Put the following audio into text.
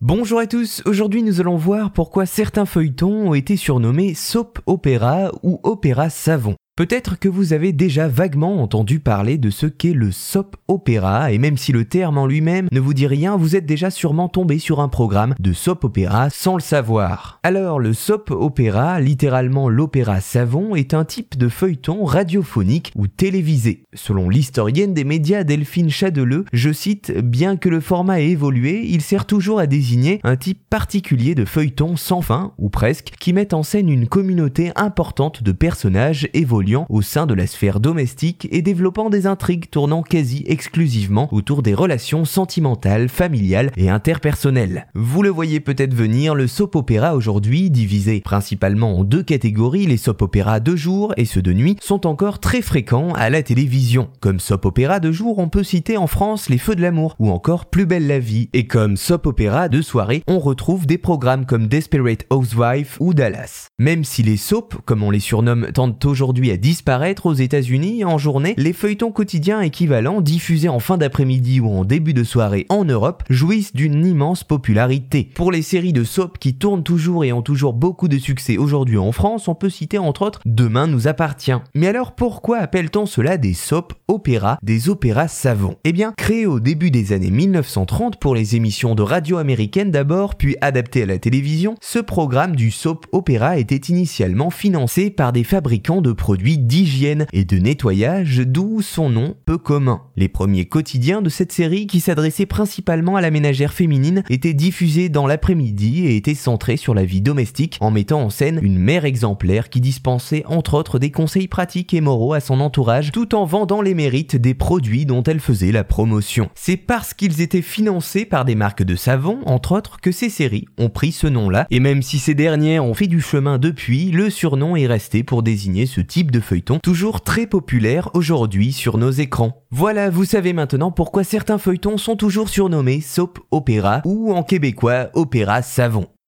Bonjour à tous, aujourd'hui nous allons voir pourquoi certains feuilletons ont été surnommés soap opéra ou opéra savon. Peut-être que vous avez déjà vaguement entendu parler de ce qu'est le soap opéra, et même si le terme en lui-même ne vous dit rien, vous êtes déjà sûrement tombé sur un programme de soap opéra sans le savoir. Alors le soap opéra, littéralement l'opéra savon, est un type de feuilleton radiophonique ou télévisé. Selon l'historienne des médias Delphine Chadeleux, je cite, « Bien que le format ait évolué, il sert toujours à désigner un type particulier de feuilleton sans fin, ou presque, qui met en scène une communauté importante de personnages évoluant au sein de la sphère domestique et développant des intrigues tournant quasi exclusivement autour des relations sentimentales, familiales et interpersonnelles. » Vous le voyez peut-être venir, le soap opéra aujourd'hui, divisé principalement en deux catégories, les soap opéras de jour et ceux de nuit, sont encore très fréquents à la télévision. Comme soap opéra de jour, on peut citer en France Les Feux de l'amour ou encore Plus belle la vie, et comme soap opéra de soirée, on retrouve des programmes comme Desperate Housewives ou Dallas. Même si les soaps, comme on les surnomme, tendent aujourd'hui à disparaître aux États-Unis en journée, les feuilletons quotidiens équivalents diffusés en fin d'après-midi ou en début de soirée en Europe jouissent d'une immense popularité. Pour les séries de soap qui tournent toujours et ont toujours beaucoup de succès aujourd'hui en France, on peut citer entre autres Demain nous appartient. Mais alors pourquoi appelle-t-on cela des soap opéras, des opéras savons ? Eh bien, créé au début des années 1930 pour les émissions de radio américaines d'abord, puis adapté à la télévision, ce programme du soap opéra était initialement financé par des fabricants de produits d'hygiène et de nettoyage, d'où son nom peu commun. Les premiers quotidiens de cette série, qui s'adressaient principalement à la ménagère féminine, étaient diffusés dans l'après-midi et étaient centrés sur la vie domestique, en mettant en scène une mère exemplaire qui dispensait entre autres des conseils pratiques et moraux à son entourage, tout en vendant les mérites des produits dont elle faisait la promotion. C'est parce qu'ils étaient financés par des marques de savon, entre autres, que ces séries ont pris ce nom-là, et même si ces dernières ont fait du chemin depuis, le surnom est resté pour désigner ce type de feuilleton, toujours très populaire aujourd'hui sur nos écrans. Voilà, vous savez maintenant pourquoi certains feuilletons sont toujours surnommés soap opéra ou en québécois opéra savon.